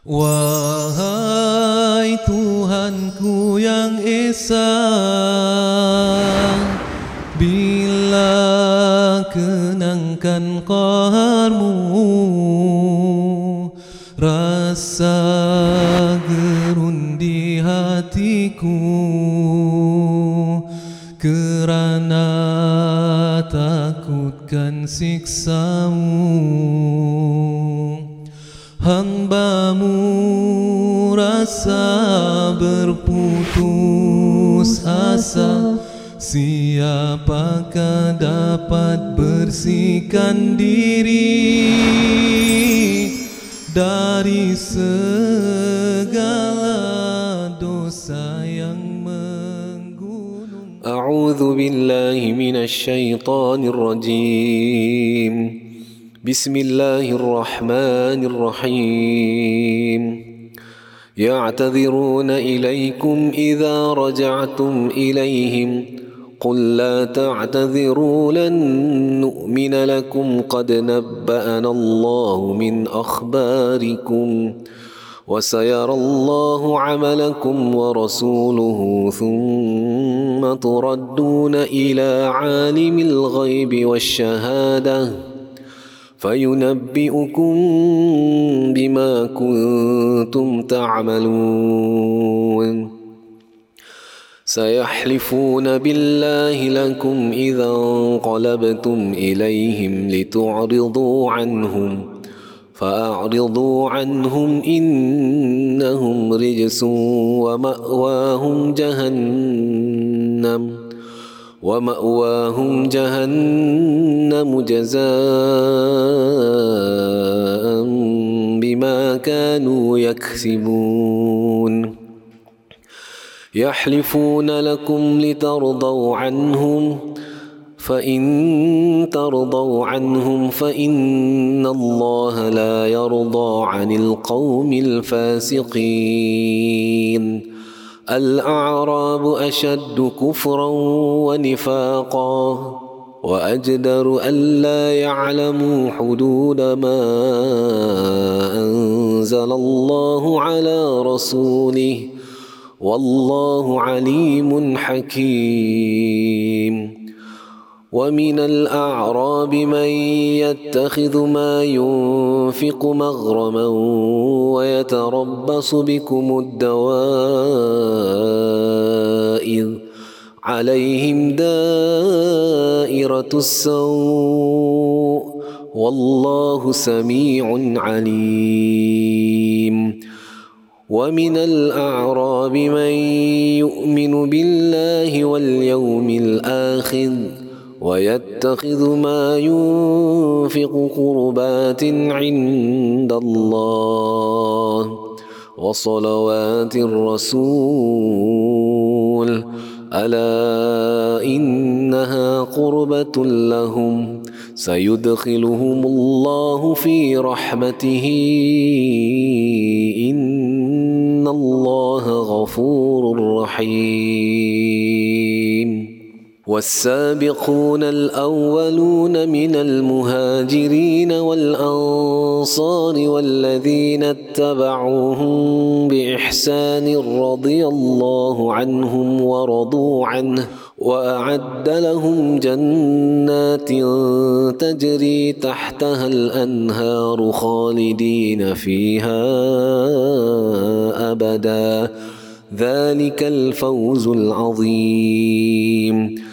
Wahai Tuhanku yang Esa, bila kenangkan qaharmu, rasa gerun di hatiku, kerana takutkan siksamu. Hambamu rasa berputus asa, siapakah dapat bersihkan diri dari segala dosa yang menggunung. A'udzu billahi minasy syaithanir rajim. Bismillahirrahmanirrahim. يعتذرون إليكم إذا رجعتم إليهم قل لا تعتذروا لن نؤمن لكم قد نبأنا الله من أخباركم وسيرى الله عملكم ورسوله ثم تردون إلى عالم الغيب والشهادة فينبئكم بما كنتم تعملون. سيحلفون بالله لكم إذا انقلبتم إليهم لتعرضوا عنهم فأعرضوا عنهم إنهم رجس ومأواهم جهنم جزاء بما كانوا يكسبون. يحلفون لكم لترضوا عنهم فإن ترضوا عنهم فإن الله لا يرضى عن القوم الفاسقين. الأعراب أشد كفرا ونفاقا وأجدر ألا يعلموا حدود ما أنزل الله على رسوله والله عليم حكيم. ومن الأعراب من يتخذ ما ينفق مغرما ويتربص بكم الدوائر عليهم دائرة السوء والله سميع عليم. ومن الأعراب من يؤمن بالله واليوم الآخر ويتخذ ما ينفق قربات عند الله وصلوات الرسول ألا إنها قربة لهم سيدخلهم الله في رحمته إن الله غفور رحيم. والسابقون الأولون من المهاجرين والأنصار والذين اتبعوهم بإحسان رضي الله عنهم ورضوا عنه وأعد لهم جنات تجري تحتها الأنهار خالدين فيها أبدا ذلك الفوز العظيم.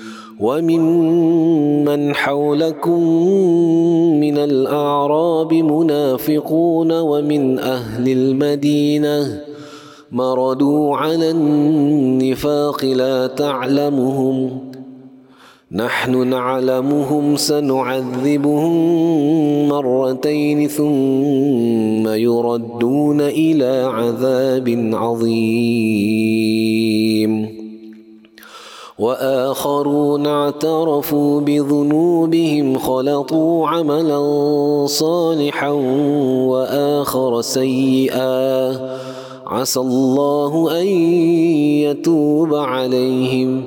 وممن حولكم من الأعراب منافقون ومن أهل المدينة مردوا على النفاق لا تعلمهم نحن نعلمهم سنعذبهم مرتين ثم يردون إلى عذاب عظيم. وآخرون اعترفوا بذنوبهم خلطوا عملا صالحا وآخر سيئا عسى الله أن يتوب عليهم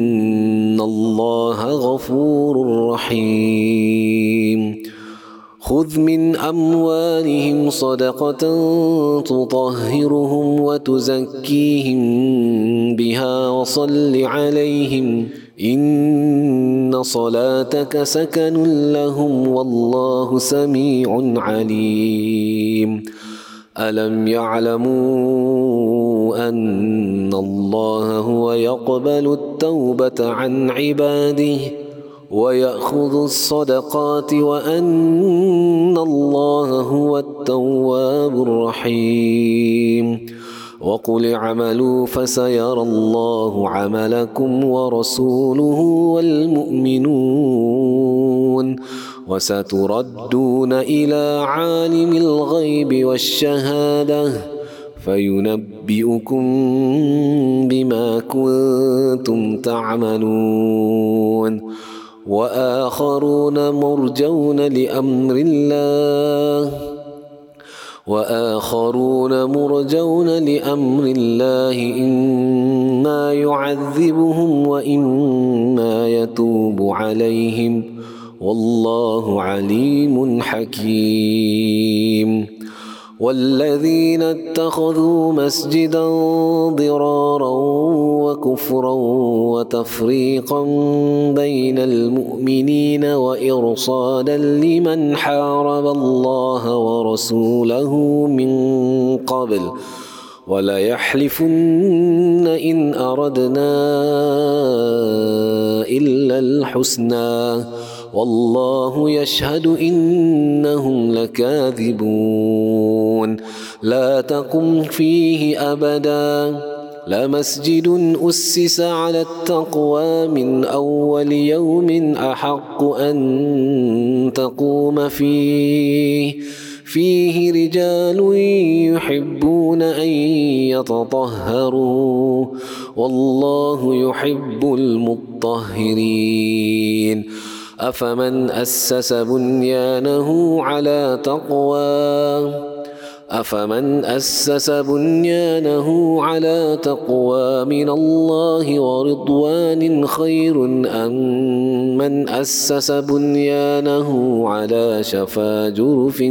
إن الله غفور رحيم. خذ من أموالهم صدقة تطهرهم وتزكيهم بها وصل عليهم إن صلاتك سكن لهم والله سميع عليم ألم يعلموا أن الله هو يقبل التوبة عن عباده ويأخذ الصدقات وأن الله هو التواب الرحيم وقل اعملوا فسيرى الله عملكم ورسوله والمؤمنون وستردون إلى عالم الغيب والشهادة فينبئكم بما كنتم تعملون وآخرون مرجون لأمر الله إما يعذبهم وإما يتوب عليهم والله عليم حكيم والذين اتخذوا مسجدا ضرارا وكفرا وتفريقا بين المؤمنين وإرصادا لمن حارب الله ورسوله من قبل وليحلفن إن أردنا إلا الحسنى والله يشهد إنهم لكاذبون لا تقم فيه أبدا لمسجد أسس على التقوى من أول يوم أحق أن تقوم فيه رجال يحبون أن يتطهروا والله يحب المطهرين أفمن أسس بنيانه على تقوى من الله ورضوان خير أم من أسس بنيانه على شفا جرف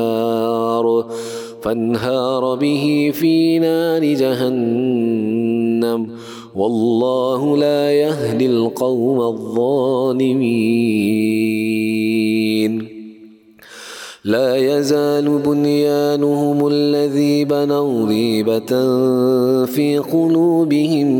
فانهار به في نار جهنم والله لا يهدي القوم الظالمين لا يزال بنيانهم الذي بنوا ريبة في قلوبهم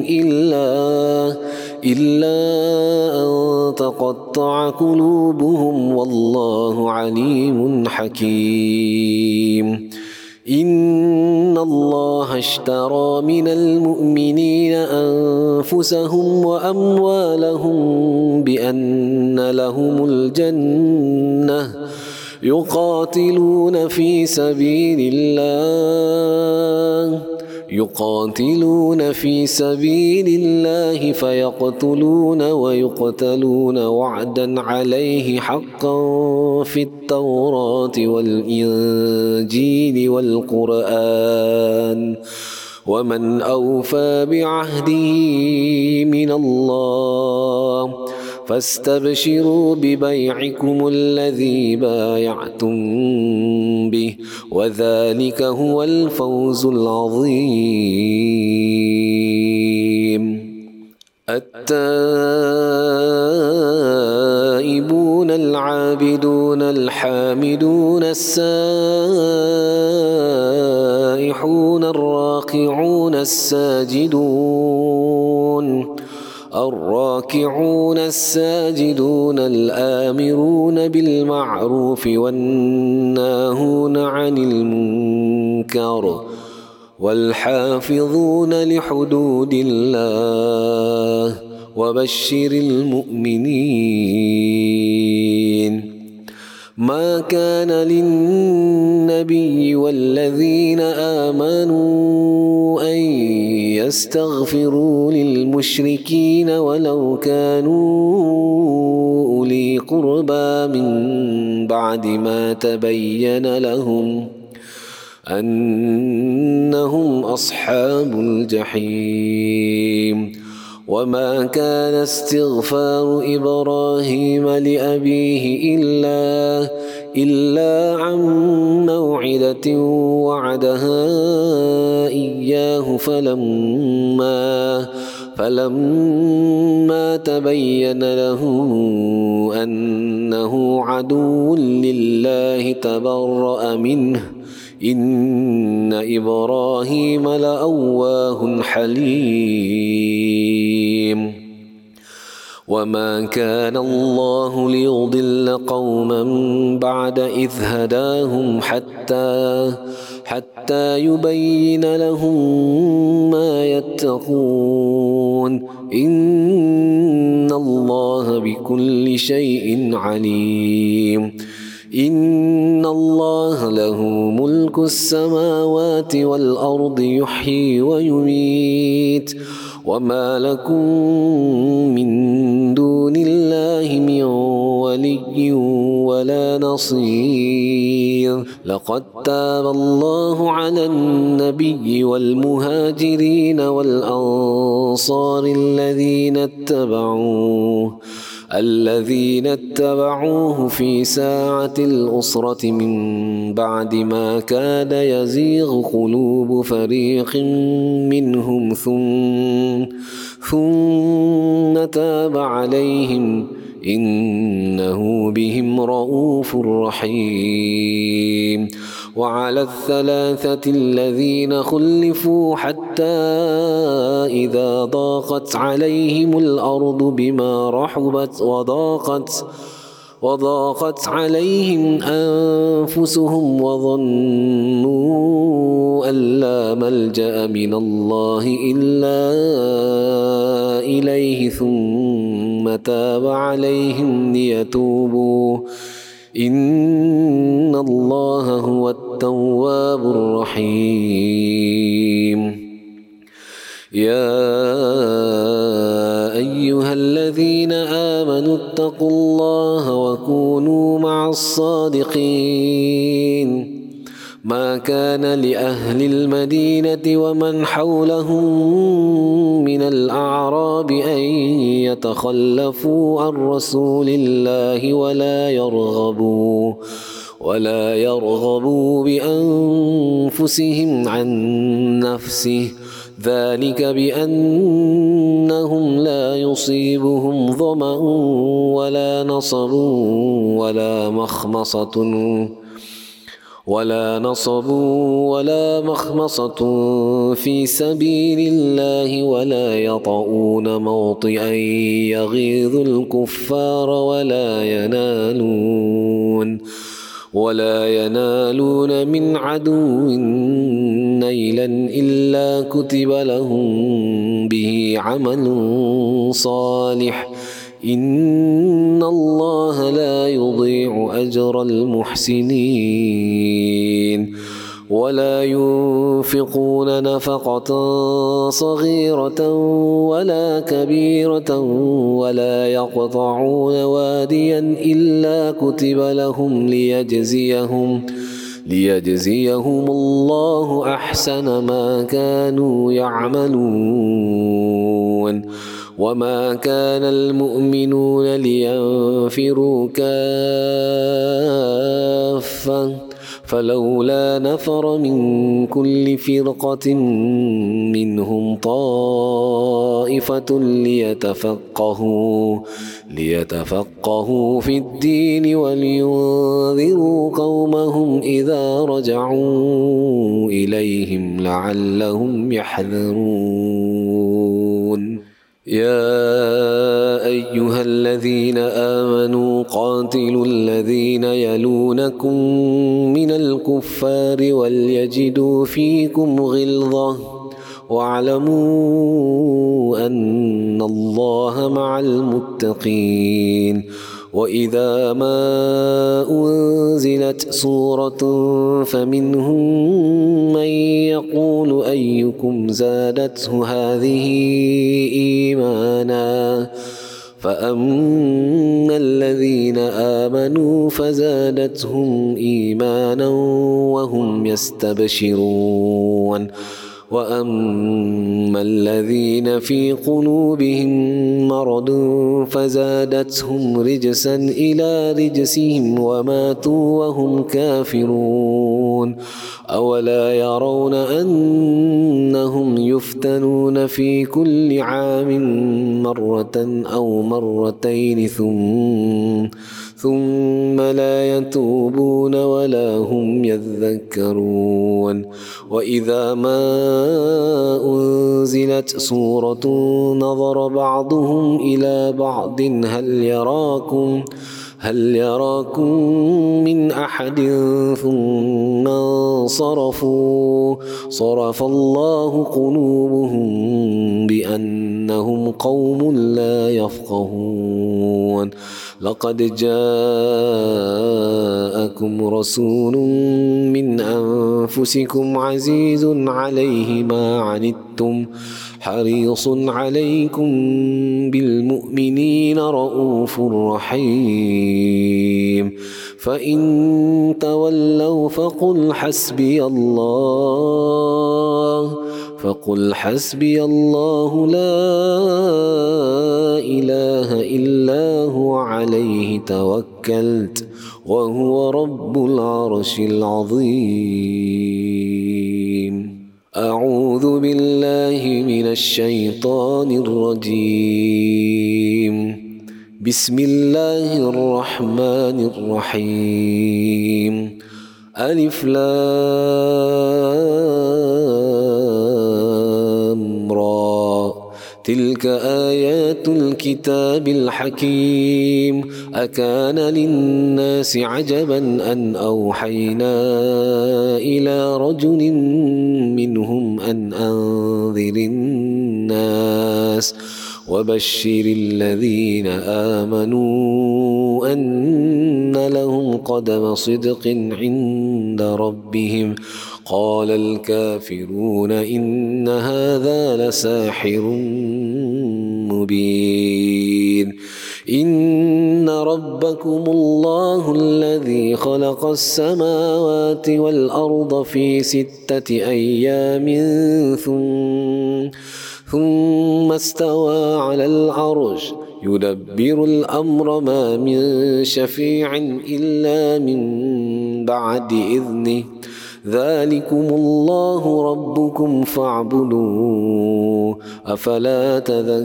إلا أن تقطع قلوبهم والله عليم حكيم إن الله اشترى من المؤمنين أنفسهم وأموالهم بأن لهم الجنة يقاتلون في سبيل الله فيقتلون ويقتلون وعدا عليه حقا في التوراة والإنجيل والقرآن ومن أوفى بعهده من الله فاستبشروا ببيعكم الذي بايعتم به وذلك هو الفوز العظيم التائبون العابدون الحامدون السائحون الراكعون الساجدون الآمرون بالمعروف والناهون عن المنكر والحافظون لحدود الله وبشر المؤمنين ما كان للنبي والذين آمنوا أن يستغفروا للمشركين ولو كانوا أولي قربى من بعد ما تبين لهم أنهم أصحاب الجحيم وما كان استغفار إبراهيم لأبيه إلا عن موعدة وعدها إياه فلما تبين له أنه عدو لله تبرأ منه إن إبراهيم لأواه حليم وما كان الله ليضل قوما بعد إذ هداهم حتى يبين لهم ما يتقون إن الله بكل شيء عليم إن الله له ملك السماوات والأرض يحيي ويميت وما لكم من دون الله من ولي ولا نصير لقد تاب الله على النبي والمهاجرين والأنصار الذين اتبعوه في ساعة الأسرة من بعد ما كاد يزيغ قلوب فريق منهم ثم تاب عليهم إنه بهم رؤوف رحيم وعلى الثلاثة الذين خلفوا حتى إذا ضاقت عليهم الأرض بما رحبت وضاقت عليهم أنفسهم وظنوا أن لا ملجأ من الله إلا إليه ثم تاب عليهم ليتوبوا إن الله هو التواب الرحيم يا أيها الذين آمنوا اتقوا الله وكونوا مع الصادقين ما كان لأهل المدينة ومن حولهم من الأعراب أن يتخلفوا عن رسول الله ولا يرغبوا بأنفسهم عن نفسه ذلك بأنهم لا يصيبهم ظمأ ولا نصب ولا مخمصة في سبيل الله ولا يطؤون موطئا يغيظ الكفار ولا ينالون من عدو نيلا إلا كتب لهم به عمل صالح إن الله لا يضيع أجر المحسنين ولا ينفقون نفقة صغيرة ولا كبيرة ولا يقطعون واديا إلا كتب لهم ليجزيهم الله أحسن ما كانوا يعملون وما كان المؤمنون لينفروا كافة فلولا نفر من كل فرقة منهم طائفة ليتفقهوا في الدين ولينذروا قومهم إذا رجعوا إليهم لعلهم يحذرون يا أيها الذين آمنوا قاتلوا الذين يلونكم من الكفار وليجدوا فيكم غلظة واعلموا أن الله مع المتقين وإذا ما أنزلت سورة فمنهم من يقول أيكم زادته هذه إيمانا فأما الذين آمنوا فزادتهم إيمانا وهم يستبشرون وأما الذين في قلوبهم مرض فزادتهم رجسا إلى رجسهم وماتوا وهم كافرون أولا يرون أنهم يفتنون في كل عام مرة أو مرتين ثم لا يتوبون ولا هم يذكرون وإذا ما أنزلت سورة نظر بعضهم إلى بعض هل يراكم من أحد ثم انصرفوا صرف الله قلوبهم بأنهم قوم لا يفقهون لقد جاءكم رسول من أنفسكم عزيز عليه ما عنتم حريص عليكم بالمؤمنين رؤوف رحيم فإن تولوا فقل حسبي الله لا إله إلا هو عليه توكلت وهو رب العرش العظيم أعوذ بالله من الشيطان الرجيم بسم الله الرحمن الرحيم ألف لام را تلك آيات الكتاب الحكيم أكان للناس عجبا أن أوحينا إلى رجل منهم أن أنذر الناس وبشر الذين آمنوا أن لهم قدم صدق عند ربهم قال الكافرون إن هذا لساحر مبين إن ربكم الله الذي خلق السماوات والأرض في 6 أيام ثم استوى على العرش يدبر الأمر ما من شفيع إلا من بعد إذنه ذلكم الله ربكم فاعبدوه أفلا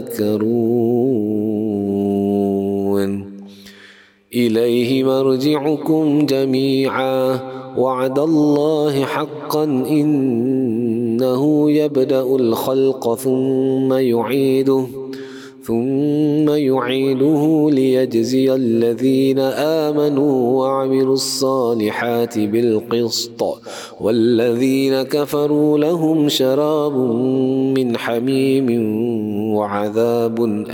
تذكرون إليه مرجعكم جميعا وعد الله حقا إنه يبدأ الخلق ثم يعيده ليجزي الذين آمنوا وعملوا الصالحات بالقسط والذين كفروا لهم شراب من حميم وعذاب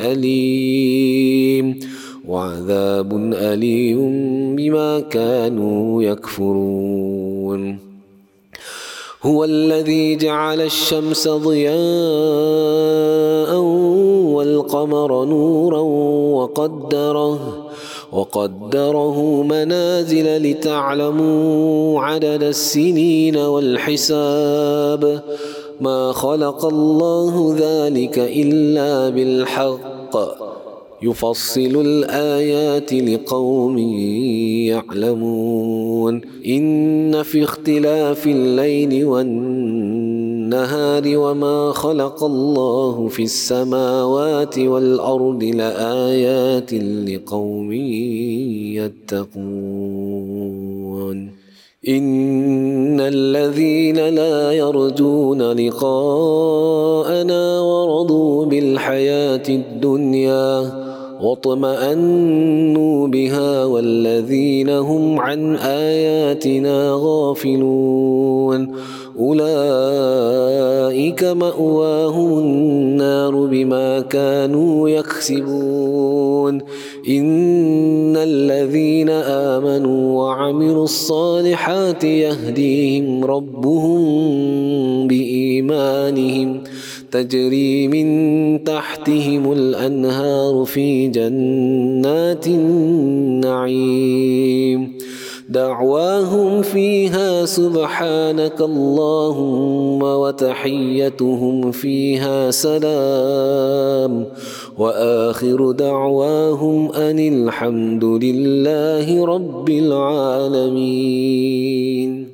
أليم بما كانوا يكفرون هو الذي جعل الشمس ضياء والقمر نورا وقدره منازل لتعلموا عدد السنين والحساب ما خلق الله ذلك إلا بالحق يفصل الآيات لقوم يعلمون إن في اختلاف الليل والنهار وما خلق الله في السماوات والأرض لآيات لقوم يتقون إن الذين لا يرجون لقاءنا ورضوا بالحياة الدنيا واطمأنوا بها والذين هم عن آياتنا غافلون أولئك مأواهم النار بما كانوا يكسبون إن الذين آمنوا وعملوا الصالحات يهديهم ربهم بإيمانهم تجري من تحتهم الأنهار في جنات النعيم دعواهم فيها سبحانك اللهم وتحيتهم فيها سلام وآخر دعواهم أن الحمد لله رب العالمين.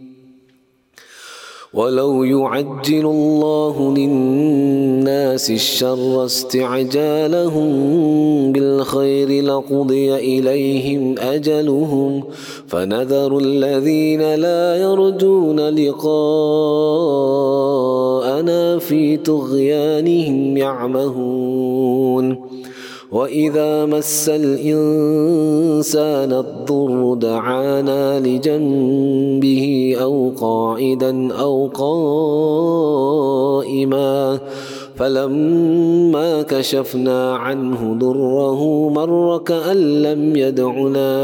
ولو يعجل الله للناس الشر استعجالهم بالخير لقضي إليهم أجلهم فنذر الذين لا يرجون لقاءنا في طغيانهم يعمهون. وإذا مس الإنسان الضر دعانا لجنبه أو قاعدا أو قائما فلما كشفنا عنه ضره مر كأن لم يدعنا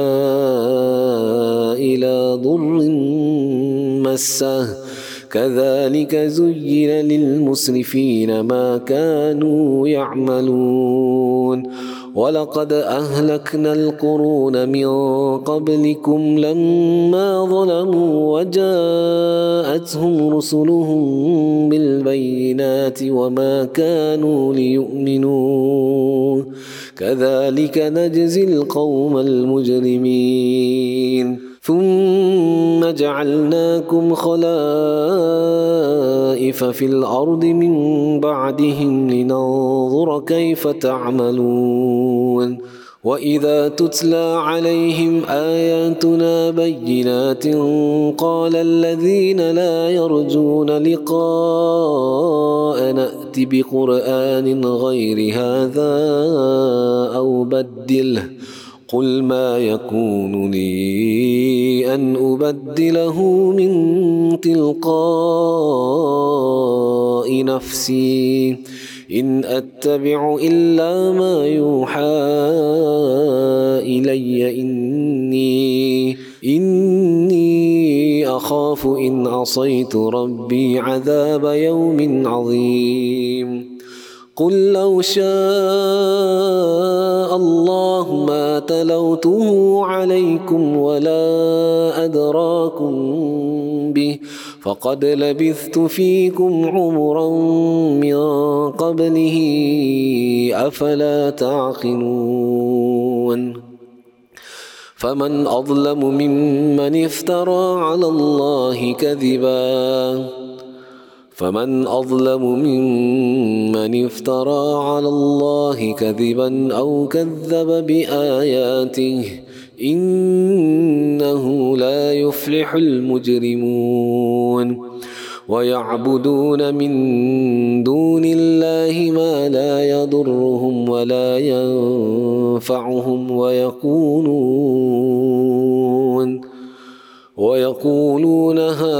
إلى ضر مسه كذلك زين للمسرفين ما كانوا يعملون. ولقد أهلكنا القرون من قبلكم لما ظلموا وجاءتهم رسلهم بالبينات وما كانوا ليؤمنوا كذلك نجزي القوم المجرمين. ثم جعلناكم خلائف في الأرض من بعدهم لننظر كيف تعملون. وإذا تتلى عليهم آياتنا بينات قال الذين لا يرجون لقاء نأت بقرآن غير هذا أو بدله قل ما يكون لي أن أبدله من تلقاء نفسي إن أتبع إلا ما يوحى إلي إني أخاف إن عصيت ربي عذاب يوم عظيم. قل لو شاء الله ما تلوته عليكم ولا أدراكم به فقد لبثت فيكم عمرا من قبله أفلا تعقلون. فمن أظلم ممن افترى على الله كذبا أو كذب بآياته إنه لا يفلح المجرمون. ويعبدون من دون الله ما لا يضرهم ولا ينفعهم ويقولون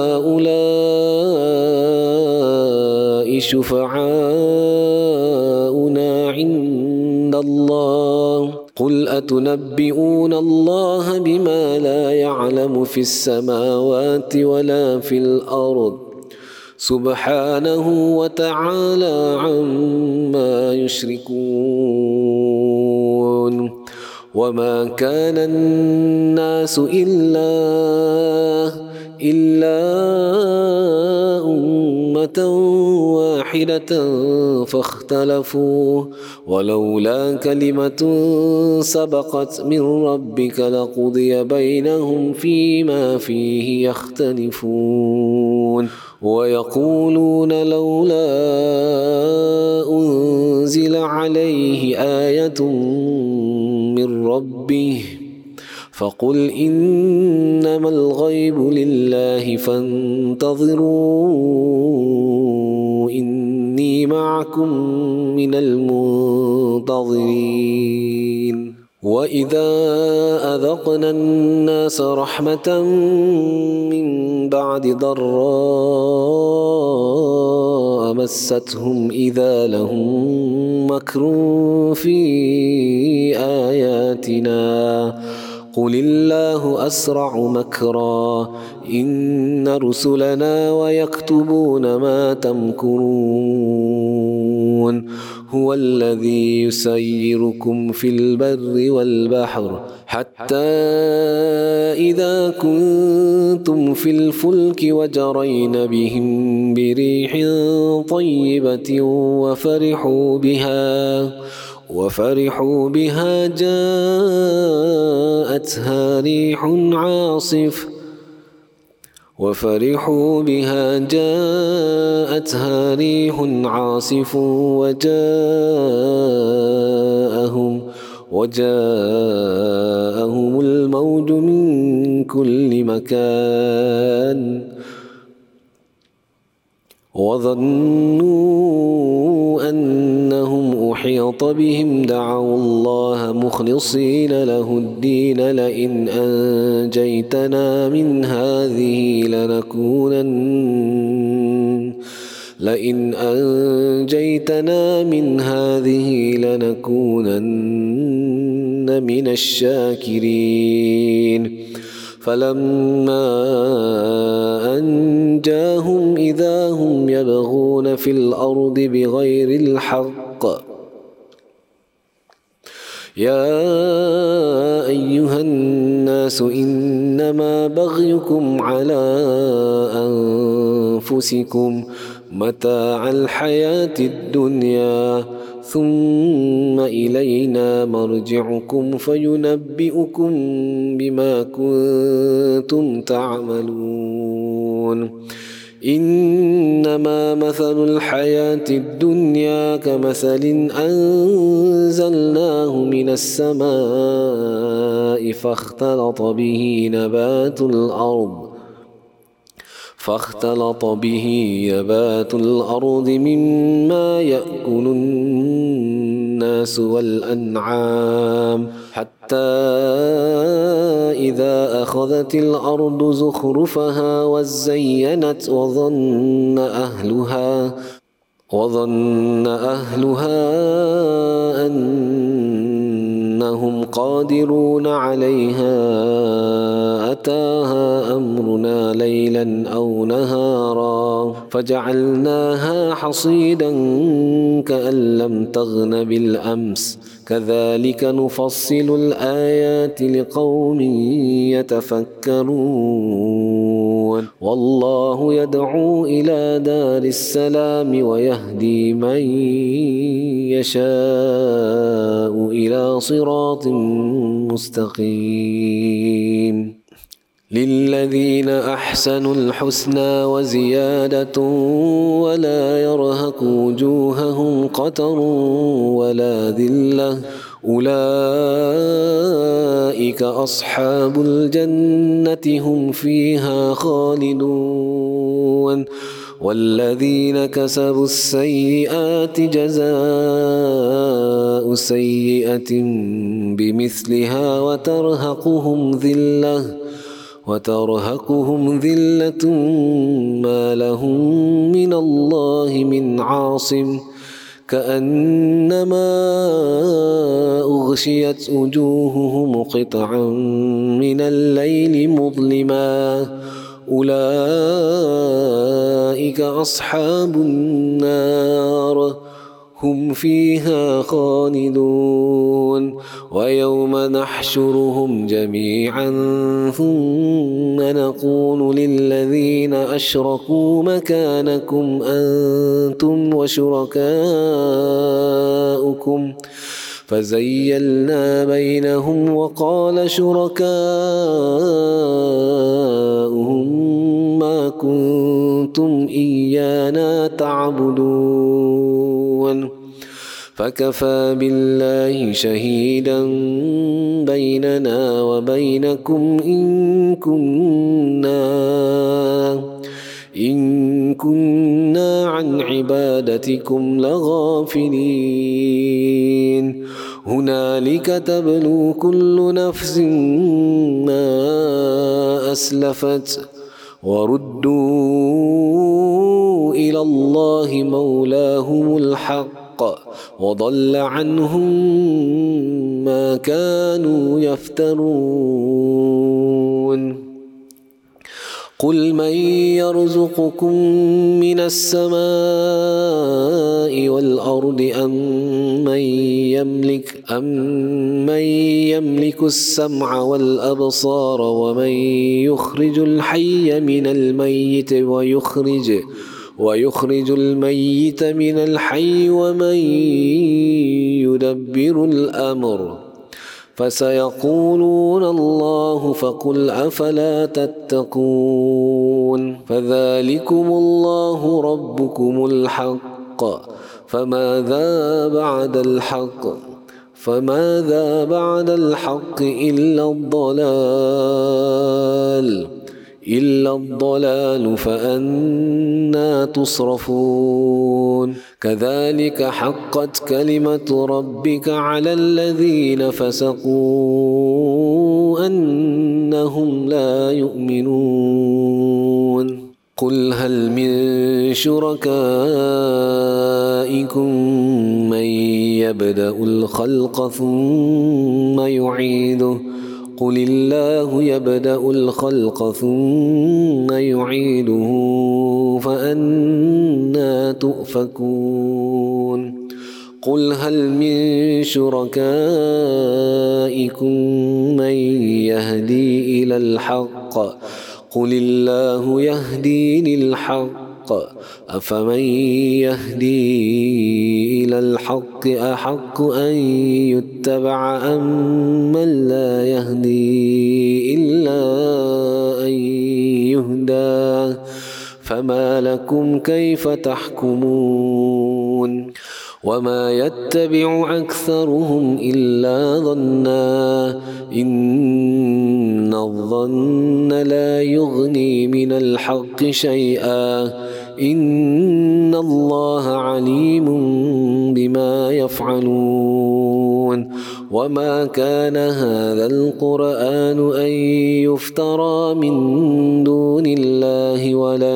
هؤلاء شفعاؤنا عند الله قل أتنبئون الله بما لا يعلم في السماوات ولا في الأرض سبحانه وتعالى عما يشركون. وما كان الناس إلا أمة واحدة فاختلفوا ولولا كلمة سبقت من ربك لقضي بينهم فيما فيه يختلفون. ويقولون لولا أنزل عليه آية من ربه فقل إنما الغيب لله فانتظروا إني معكم من المنتظرين. وإذا أذقنا الناس رحمة من بعد ضراء مستهم إذا لهم مكر في آياتنا قل الله أسرع مكرا إن رسلنا ويكتبون ما تمكرون. هو الذي يسيركم في البر والبحر حتى إذا كنتم في الفلك وجرين بهم بريح طيبة وفرحوا بها جاءتها ريح عاصف وجاءهم الموج من كل مكان وظنوا أنهم أحيط بهم دعوا الله مخلصين له الدين لئن أنجيتنا من هذه لنكونن من الشاكرين فلما أنجاهم إذا هم يبغون في الأرض بغير الحق يا أيها الناس إنما بغيكم على أنفسكم متاع الحياة الدنيا ثم إلينا مرجعكم فينبئكم بما كنتم تعملون إنما مثل الحياة الدنيا كمثل أنزلناه من السماء فاختلط به نبات الأرض مما يأكل الناس والأنعام حتى إذا أخذت الأرض زخرفها وزينت وظن أهلها أنهم قادرون عليها أتاها أمرنا ليلا أو نهارا فجعلناها حصيدا كأن لم تغن بالأمس كذلك نفصل الآيات لقوم يتفكرون والله يدعو إلى دار السلام ويهدي من يشاء إلى صراط مستقيم للذين أحسنوا الحسنى وزيادة ولا يرهق وجوههم قتر ولا ذلة أولئك أصحاب الجنة هم فيها خالدون والذين كسبوا السيئات جزاء سيئة بمثلها وترهقهم ذلة ما لهم من الله من عاصم كأنما أغشيت وجوههم قطعا من الليل مظلما أولئك أصحاب النار هم فيها خالدون ويوم نحشرهم جميعا ثم نقول للذين أشركوا مكانكم أنتم وشركاؤكم فزيلنا بينهم وقال شركاؤهم ما كنتم إيانا تعبدون فكفى بالله شهيدا بيننا وبينكم إن كنا عن عبادتكم لغافلين هنالك تبلو كل نفس ما أسلفت وردوا إلى الله مولاهم الحق وضل عنهم ما كانوا يفترون قل من يرزقكم من السماء والأرض أمن يملك السمع والأبصار ومن يخرج الحي من الميت ويخرج الميت من الحي ومن يدبر الأمر فسيقولون الله فقل أفلا تتقون فذلكم الله ربكم الحق فماذا بعد الحق إلا الضلال فأنى تصرفون كذلك حقت كلمة ربك على الذين فسقوا أنهم لا يؤمنون قل هل من شركائكم من يبدأ الخلق ثم يعيده قل الله يبدأ الخلق ثم يعيده فأنى تؤفكون قل هل من شركائكم من يهدي إلى الحق قل الله يهدي للحق أفمن يهدي إلى الحق أحق أن يتبع أم من لا يهدي إلا أن يهدى فما لكم كيف تحكمون وما يتبع أكثرهم إلا ظنا إن الظن لا يغني من الحق شيئا إن الله عليم بما يفعلون وما كان هذا القرآن أن يفترى من دون الله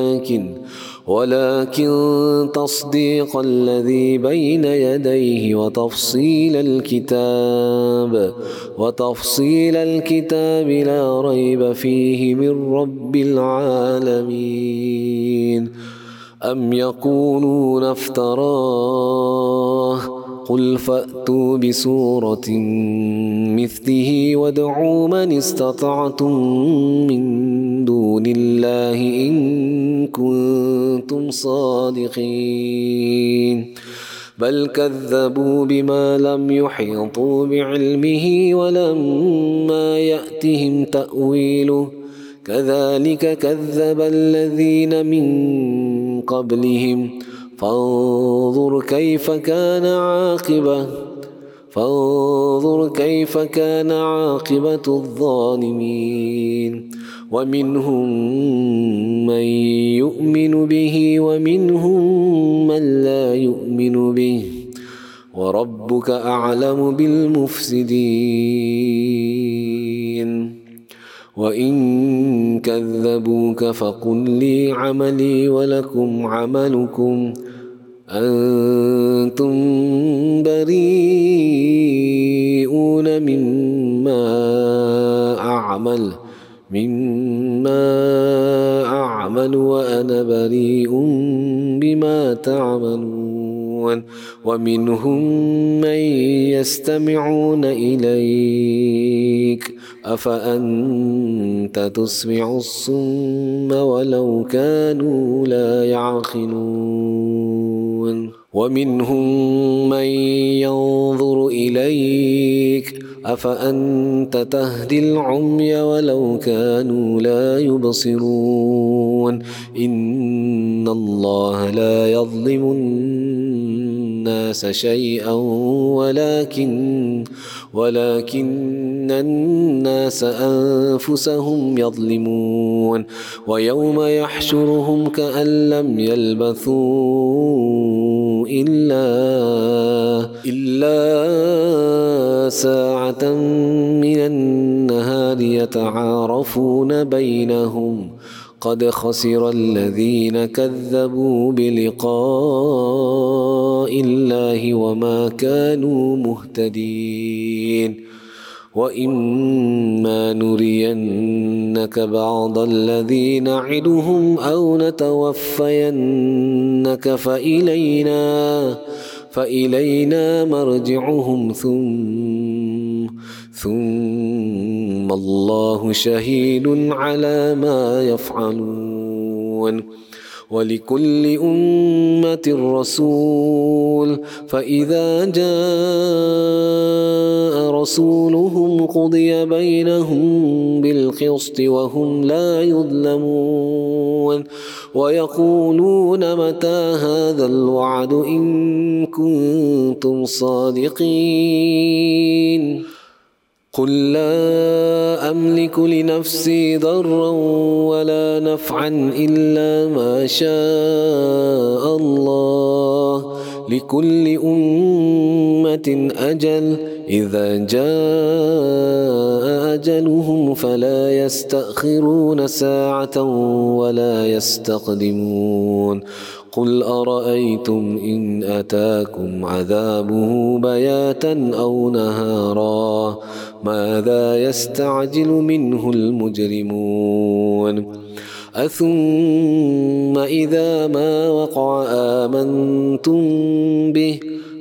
ولكن تصديق الذي بين يديه وتفصيل الكتاب لا ريب فيه من رب العالمين أم يقولون افتراه قل فأتوا بسورة مثله وادعوا من استطعتم من دون الله إن كنتم صادقين بل كذبوا بما لم يحيطوا بعلمه ولما يأتهم تأويله كذلك كذب الذين من قبلهم فانظر كيف كان عاقبة الظالمين ومنهم من يؤمن به ومنهم من لا يؤمن به وربك أعلم بالمفسدين وإن كذبوك فقل لي عملي ولكم عملكم أنتم بريئون مما أعمل وأنا بريء بما تعملون ومنهم من يستمعون إليك أفأنت تسمع الصم ولو كانوا لا يعقلون ومنهم من ينظر إليك أفأنت تهدي العمي ولو كانوا لا يبصرون إن الله لا يظلم الناس شيئا ولكن الناس أنفسهم يظلمون ويوم يحشرهم كأن لم يلبثوا إلا ساعة من النهار يتعارفون بينهم قد خسر الذين كذبوا بلقاء الله وما كانوا مهتدين وإما نرينك بعض الذي نعدهم أو نتوفينك فإلينا مرجعهم ثم الله شهيد على ما يفعلون ولكل أمة رسول فإذا جاء رسولهم قضي بينهم بالقسط وهم لا يظلمون ويقولون متى هذا الوعد إن كنتم صادقين قل لا أملك لنفسي ضرا ولا نفعا إلا ما شاء الله لكل أمة أجل إذا جاء أجلهم فلا يستأخرون ساعة ولا يستقدمون قل أرأيتم إن أتاكم عذابه بياتا أو نهارا ماذا يستعجل منه المجرمون أثم إذا ما وقع آمنتم به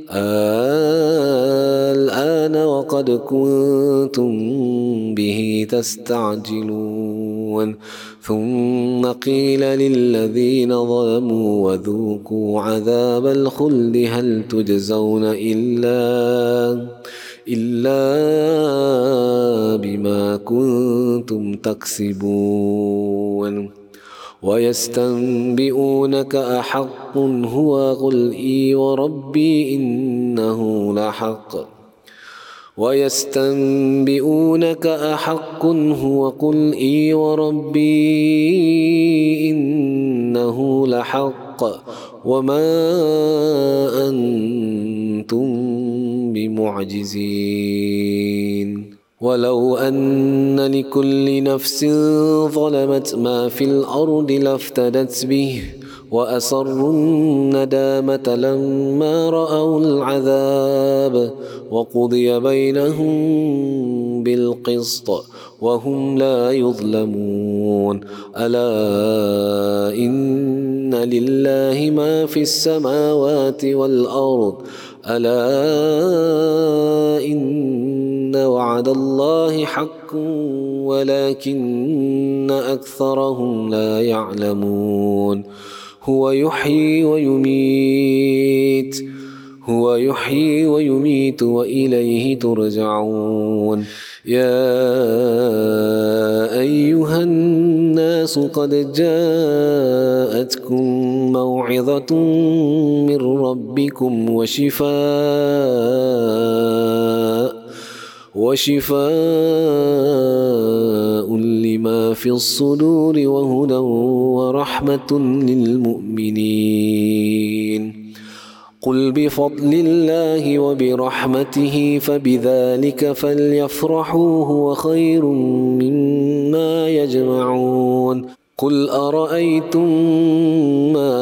الآن وقد كنتم به تستعجلون ثم قيل للذين ظلموا وذوقوا عذاب الخلد هل تجزون إلا بما كنتم تكسبون ويستنبئونك أحق هو قل إي وربي إنه لحق ويستنبئونك أحق هو قل إي وربي إنه لحق وما أنتم بمعجزين ولو أن لكل نفس ظلمت ما في الأرض لافتدت به وأسروا الندامة لما رأوا العذاب وقضي بينهم بالقسط وهم لا يظلمون ألا إن لله ما في السماوات والأرض ألا إن وعد الله حق ولكن أكثرهم لا يعلمون هو يحيي ويميت وإليه ترجعون يا أيها الناس قد جاءتكم موعظة من ربكم وشفاء لما في الصدور وهدى ورحمة للمؤمنين قل بفضل الله وبرحمته فبذلك فليفرحوا هو خير مما يجمعون قل أرأيتم ما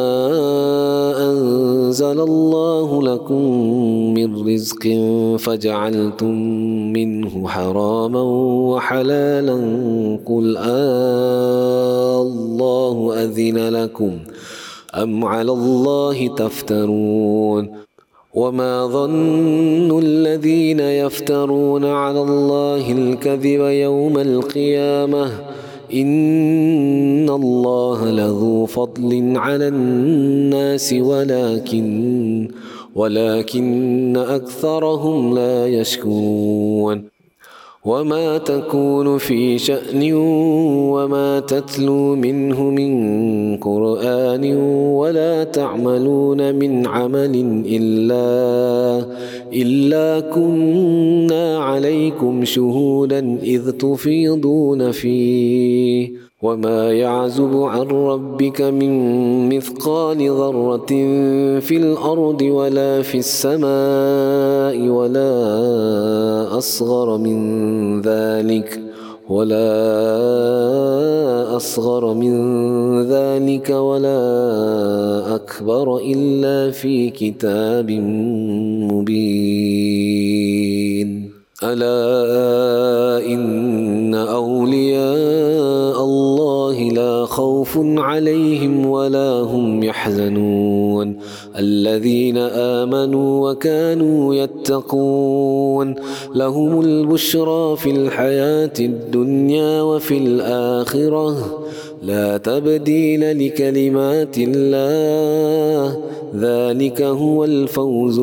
أنزل الله لكم من رزق فجعلتم منه حراما وحلالا قل الله أذن لكم أم على الله تفترون وما ظن الذين يفترون على الله الكذب يوم القيامة إن الله لذو فضل على الناس ولكن أكثرهم لا يشكرون وما تكون في شأن وما تتلو منه من قرآن ولا تعملون من عمل إلا كنا عليكم شهودا إذ تفيضون فيه وما يعزب عن ربك من مثقال ذرة في الأرض ولا في السماء ولا أصغر من ذلك ولا أكبر إلا في كتاب مبين ألا إن أولياء الله لا خوف عليهم ولا هم يحزنون الذين آمنوا وكانوا يتقون لهم البشرى في الحياة الدنيا وفي الآخرة لا تبديل لكلمات الله ذلك هو الفوز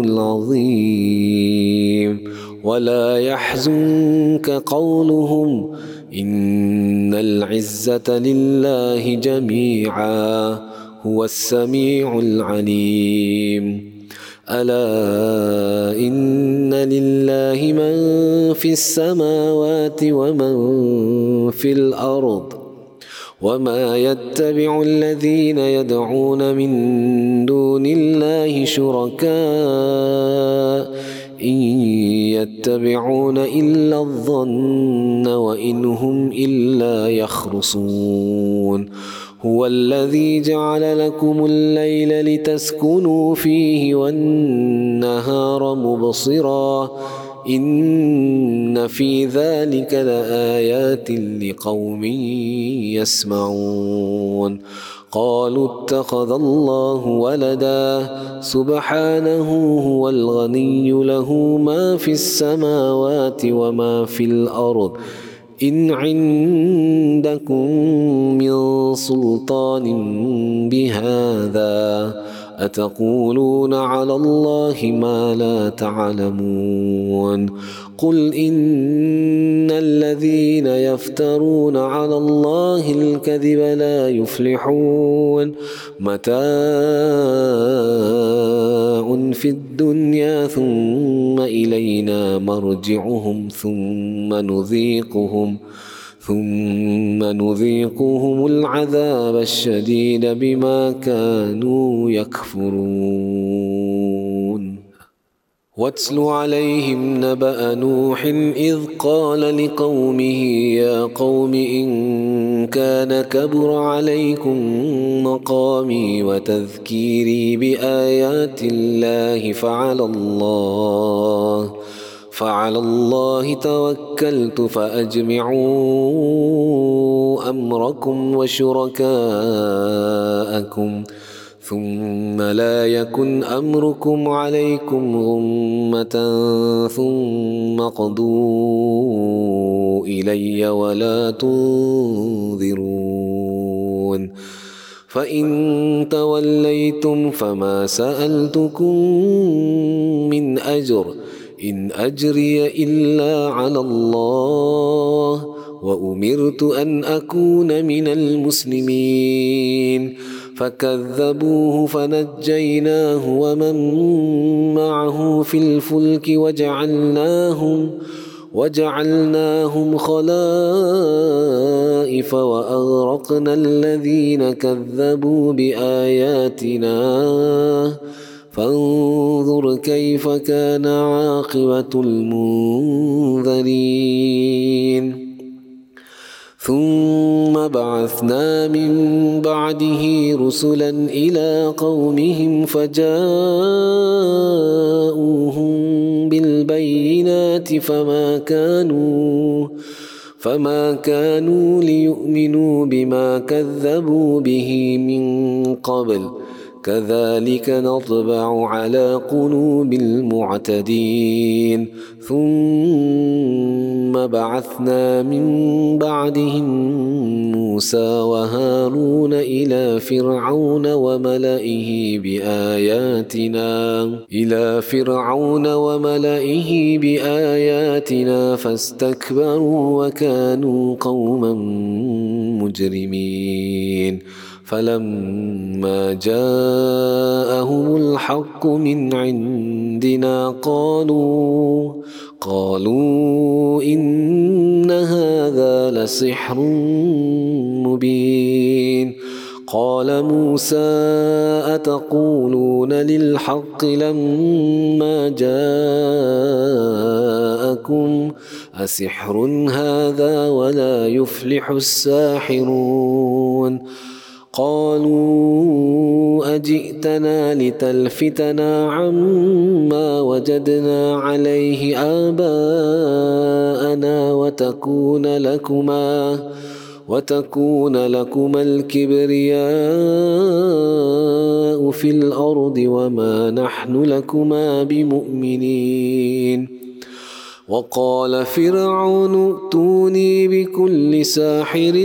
العظيم ولا يحزنك قولهم إن العزة لله جميعا هو السميع العليم ألا إن لله من في السماوات ومن في الأرض وما يتبع الذين يدعون من دون الله شركاء إن يتبعون إلا الظن وإن هم إلا يخرصون هو الذي جعل لكم الليل لتسكنوا فيه والنهار مبصرا إن في ذلك لآيات لقوم يسمعون قالوا اتخذ الله ولدا سبحانه هو الغني له ما في السماوات وما في الأرض إن عندكم من سلطان بهذا أتقولون على الله ما لا تعلمون قل إن الذين يفترون على الله الكذب لا يفلحون متاع في الدنيا ثم إلينا مرجعهم ثم نذيقهم العذاب الشديد بما كانوا يكفرون واتل عليهم نبأ نوح إذ قال لقومه يا قوم إن كان كبر عليكم مقامي وتذكيري بآيات الله فعلى الله توكلت فأجمعوا أمركم وشركاءكم ثم لا يكن أمركم عليكم غمة ثم اقضوا إلي ولا تنظرون فإن توليتم فما سألتكم من أجر إن أجري إلا على الله وأمرت أن أكون من المسلمين فكذبوه فنجيناه ومن معه في الفلك وجعلناهم خلائف وأغرقنا الذين كذبوا بآياتنا فانظر كيف كان عاقبة المنذرين ثم بعثنا من بعده رسلا إلى قومهم فجاءوهم بالبينات فما كانوا ليؤمنوا بما كذبوا به من قبل كذلك نطبع على قلوب المعتدين ثم بعثنا من بعدهم موسى وهارون إلى فرعون وملئه بآياتنا فاستكبروا وكانوا قوما مجرمين فلما جاءهم الحق من عندنا قالوا إن هذا لسحر مبين قال موسى أتقولون للحق لما جاءكم أسحر هذا ولا يفلح الساحرون قالوا أجئتنا لتلفتنا عما وجدنا عليه آباءنا وتكون لكما الكبرياء في الأرض وما نحن لكما بمؤمنين وقال فرعون ائتوني بكل ساحر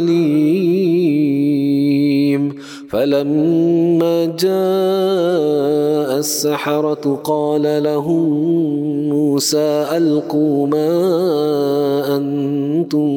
عليم فلما جاء السحرة قال لهم موسى ألقوا ما أنتم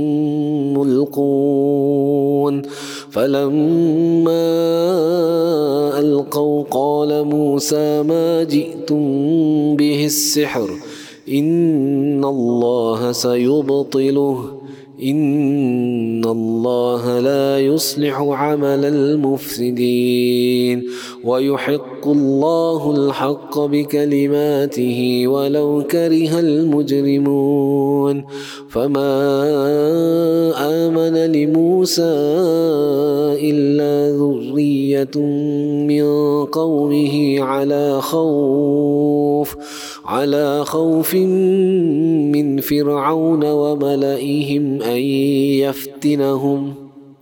ملقون فلما ألقوا قال موسى ما جئتم به السحر إن الله سيبطله إن الله لا يصلح عمل المفسدين ويحق الله الحق بكلماته ولو كره المجرمون فما آمن لموسى إلا ذرية من قومه على خوف من فرعون وملئهم أن يفتنهم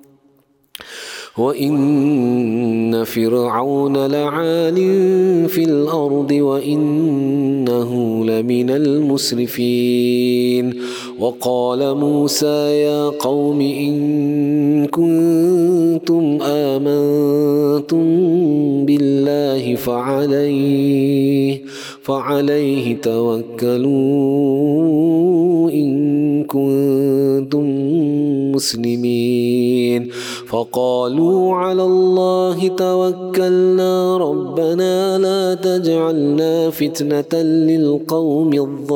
وإن فرعون لعال في الأرض وإنه لمن المسرفين وقال موسى يا قوم إن كنتم آمنتم بالله فعليه توكلوا إن كنتم مسلمين فقالوا على الله توكلنا ربنا لا تجعلنا فتنة للقوم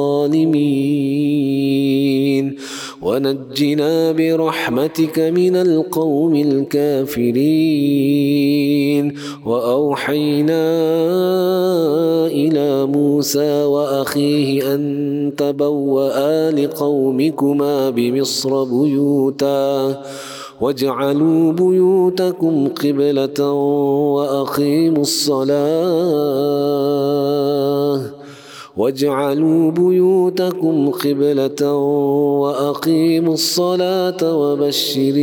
الظالمين ونجنا برحمتك من القوم الكافرين وأوحينا إلى موسى وأخيه أن تبوأ لقومكما بمصر بيوتا واجعلوا بيوتكم قبلة وأقيموا الصلاة وبشر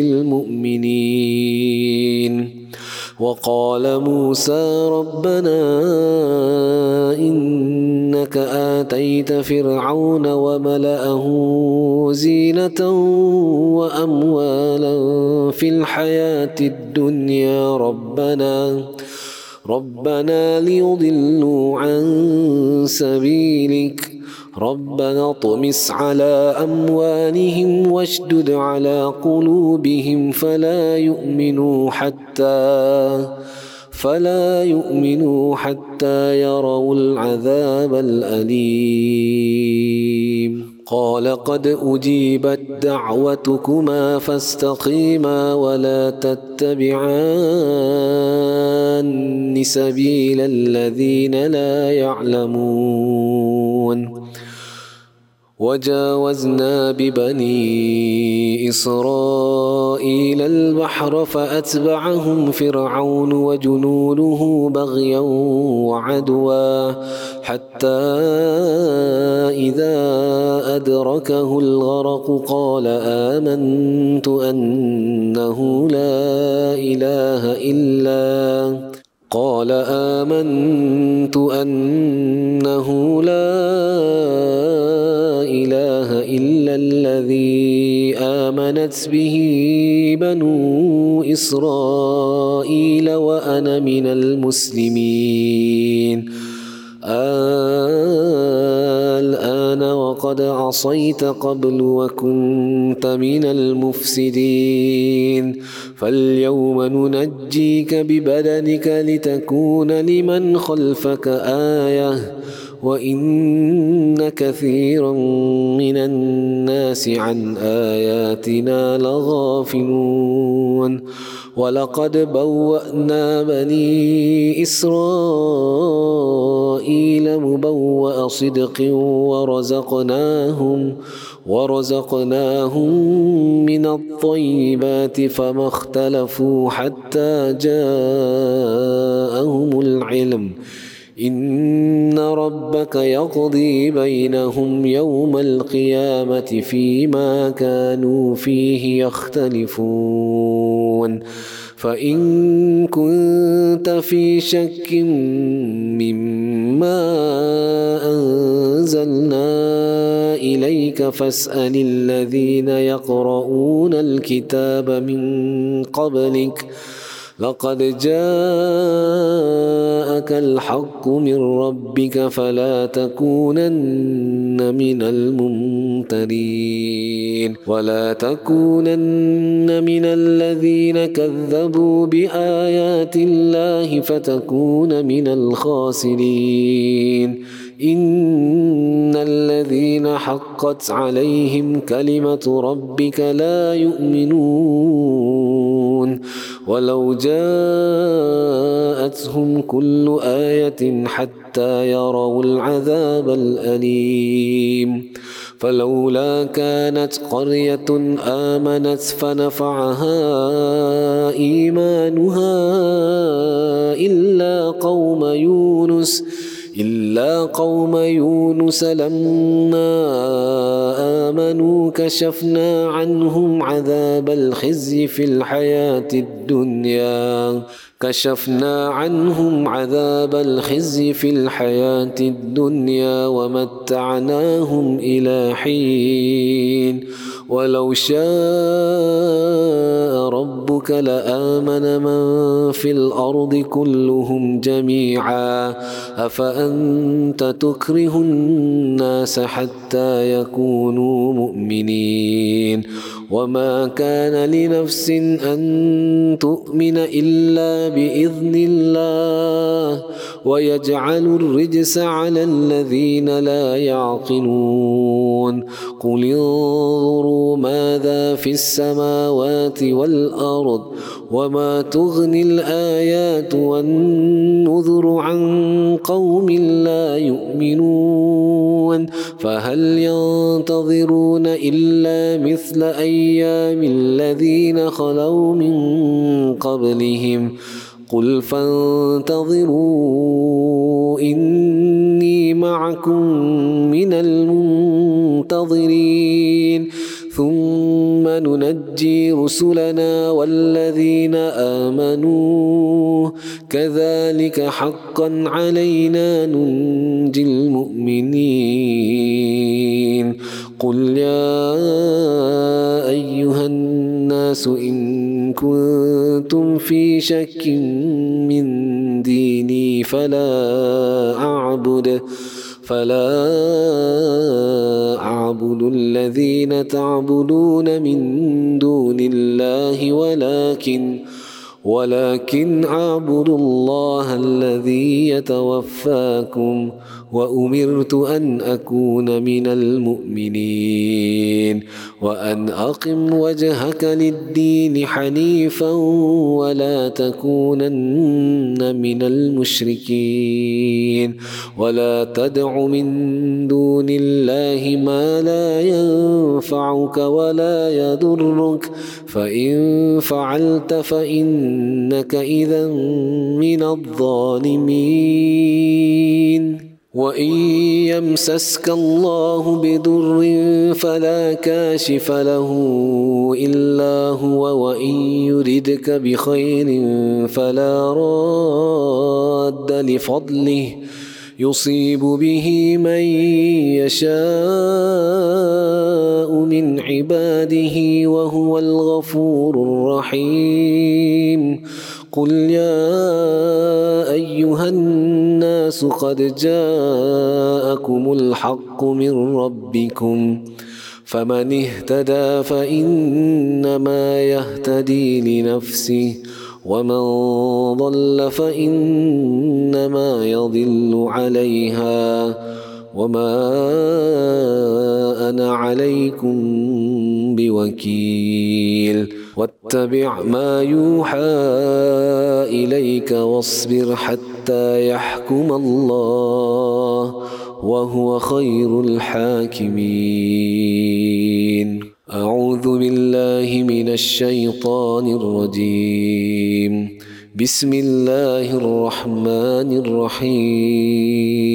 المؤمنين وقال موسى ربنا إنك آتيت فرعون وملأه زينة وأموالا في الحياة الدنيا ربنا ليضلوا عن سبيلك ربنا اطمس على أموالهم واشدد على قلوبهم فلا يؤمنوا حتى يروا العذاب الأليم قال قد أجيبت دعوتكما فاستقيما ولا تتبعان سبيل الذين لا يعلمون وجاوزنا ببني إسرائيل البحر فأتبعهم فرعون وجنوده بغيا وعدوا حتى إذا أدركه الغرق قال آمنت أنه لا إله إلا الذي آمنت به بنو إسرائيل وأنا من المسلمين الآن وقد عصيت قبل وكنت من المفسدين فاليوم ننجيك ببدنك لتكون لمن خلفك آية وإن كثيرا من الناس عن آياتنا لغافلون ولقد بوأنا بني إسرائيل مبوأ صدق ورزقناهم من الطيبات فما اختلفوا حتى جاءهم العلم إن ربك يقضي بينهم يوم القيامة فيما كانوا فيه يختلفون فإن كنت في شك مما أنزلنا فاسأل الذين يقرؤون الكتاب من قبلك لقد جاءك الحق من ربك فلا تكونن من الممترين ولا تكونن من الذين كذبوا بآيات الله فتكون من الخاسرين إن الذين حقت عليهم كلمة ربك لا يؤمنون ولو جاءتهم كل آية حتى يروا العذاب الأليم فلولا كانت قرية آمنت فنفعها إيمانها إلا قوم يونس لما آمنوا كشفنا عنهم عذاب الخزي في الحياة الدنيا ومتعناهم إلى حين ولو شاء ربك لآمن من في الأرض كلهم جميعا أفأنت تكره الناس حتى يكونوا مؤمنين وما كان لنفس أن تؤمن إلا بإذن الله ويجعل الرجس على الذين لا يعقلون قل انظروا ماذا في السماوات والأرض وما تغني الآيات والنذر عن قوم لا يؤمنون فهل ينتظرون إلا مثل أيام الذين خلوا من قبلهم قل فانتظروا إني معكم من المنتظرين ثم ننجي رسلنا والذين آمنوا كذلك حقا علينا ننجي المؤمنين قل يا أيها الناس إن كنتم في شك من ديني فلا أعبد الذين تعبدون من دون الله ولكن أعبد الله الذي يتوفاكم وأمرت أن أكون من المؤمنين وأن أقم وجهك للدين حنيفا ولا تكونن من المشركين ولا تدع من دون الله ما لا ينفعك ولا يضرك فإن فعلت فإنك إذا من الظالمين وإن يمسسك الله بضر فلا كاشف له إلا هو وإن يردك بخير فلا راد لفضله يصيب به من يشاء من عباده وهو الغفور الرحيم قل يا أيها الناس قد جاءكم الحق من ربكم فمن اهتدى فإنما يهتدي لنفسه ومن ضل فإنما يضل عليها وما أنا عليكم بوكيل واتبع ما يوحى إليك واصبر حتى يحكم الله وهو خير الحاكمين أعوذ بالله من الشيطان الرجيم بسم الله الرحمن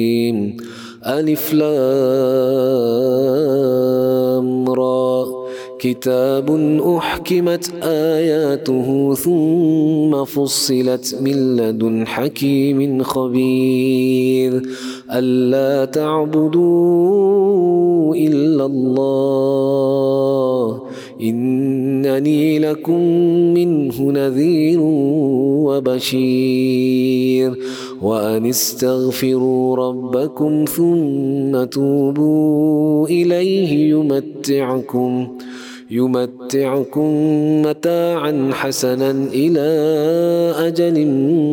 الرحيم ألف لام را كتاب أحكمت آياته ثم فصلت من لدن حكيم خبير ألا تعبدوا إلا الله إنني لكم منه نذير وبشير وأن استغفروا ربكم ثم توبوا إليه يمتعكم متاعا حسنا إلى أجل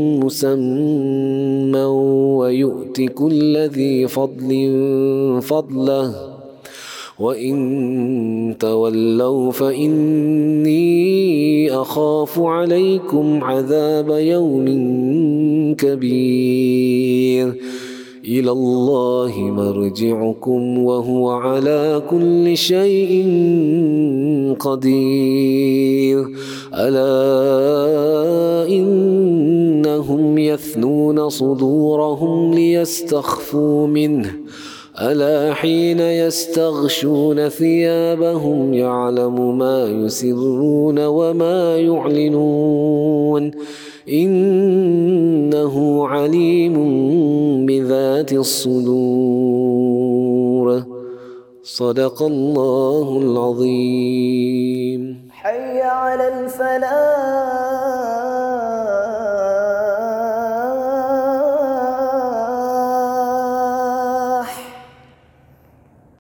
مسمى ويؤت كل ذي فضل فضله وإن تولوا فإني أخاف عليكم عذاب يوم كبير إلى الله مرجعكم وهو على كل شيء قدير ألا إنهم يثنون صدورهم ليستخفوا منه ألا حين يستغشون ثيابهم يعلم ما يسرون وما يعلنون إنه عليم بذات الصدور صدق الله العظيم. حي على الفلاح.